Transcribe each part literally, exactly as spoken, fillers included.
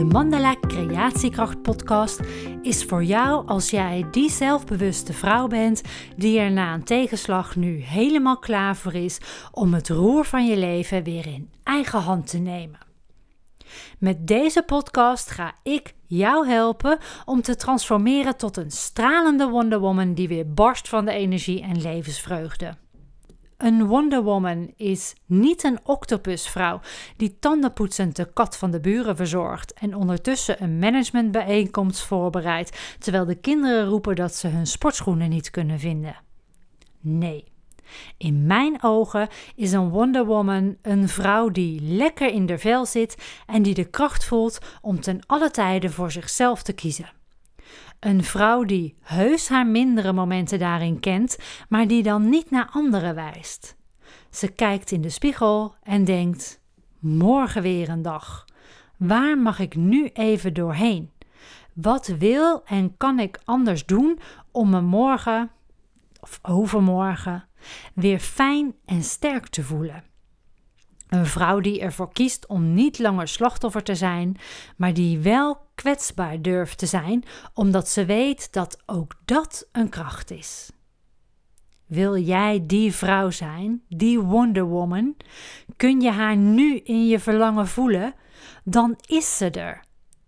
Mandala Creatiekracht podcast is voor jou als jij die zelfbewuste vrouw bent die er na een tegenslag nu helemaal klaar voor is om het roer van je leven weer in eigen hand te nemen. Met deze podcast ga ik jou helpen om te transformeren tot een stralende Wonder Woman die weer barst van de energie en levensvreugde. Een Wonder Woman is niet een octopusvrouw die tandenpoetsend de kat van de buren verzorgt en ondertussen een managementbijeenkomst voorbereidt terwijl de kinderen roepen dat ze hun sportschoenen niet kunnen vinden. Nee, in mijn ogen is een Wonder Woman een vrouw die lekker in haar vel zit en die de kracht voelt om ten alle tijde voor zichzelf te kiezen. Een vrouw die heus haar mindere momenten daarin kent, maar die dan niet naar anderen wijst. Ze kijkt in de spiegel en denkt, morgen weer een dag. Waar mag ik nu even doorheen? Wat wil en kan ik anders doen om me morgen, of overmorgen, weer fijn en sterk te voelen? Een vrouw die ervoor kiest om niet langer slachtoffer te zijn, maar die wel kwetsbaar durft te zijn, omdat ze weet dat ook dat een kracht is. Wil jij die vrouw zijn, die Wonder Woman? Kun je haar nu in je verlangen voelen? Dan is ze er.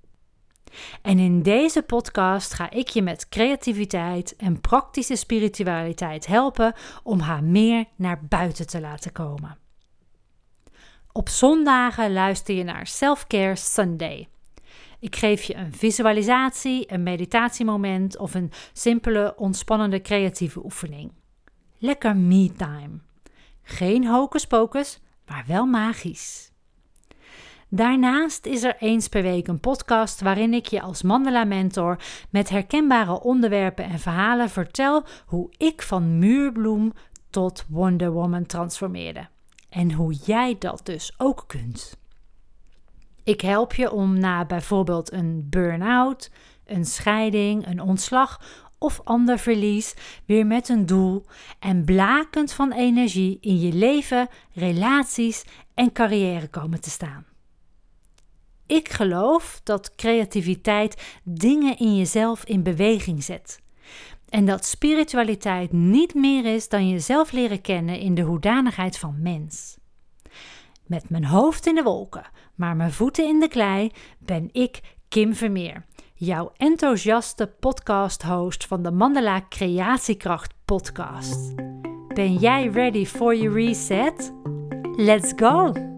En in deze podcast ga ik je met creativiteit en praktische spiritualiteit helpen om haar meer naar buiten te laten komen. Op zondagen luister je naar Self-Care Sunday. Ik geef je een visualisatie, een meditatiemoment of een simpele, ontspannende creatieve oefening. Lekker me-time. Geen hocus pocus, maar wel magisch. Daarnaast is er eens per week een podcast waarin ik je als Mandala-mentor met herkenbare onderwerpen en verhalen vertel hoe ik van muurbloem tot Wonder Woman transformeerde. En hoe jij dat dus ook kunt. Ik help je om na bijvoorbeeld een burn-out, een scheiding, een ontslag of ander verlies weer met een doel en blakend van energie in je leven, relaties en carrière komen te staan. Ik geloof dat creativiteit dingen in jezelf in beweging zet. En dat spiritualiteit niet meer is dan jezelf leren kennen in de hoedanigheid van mens. Met mijn hoofd in de wolken, maar mijn voeten in de klei, ben ik Kim Vermeer, jouw enthousiaste podcast-host van de Mandala Creatiekracht podcast. Ben jij ready for your reset? Let's go!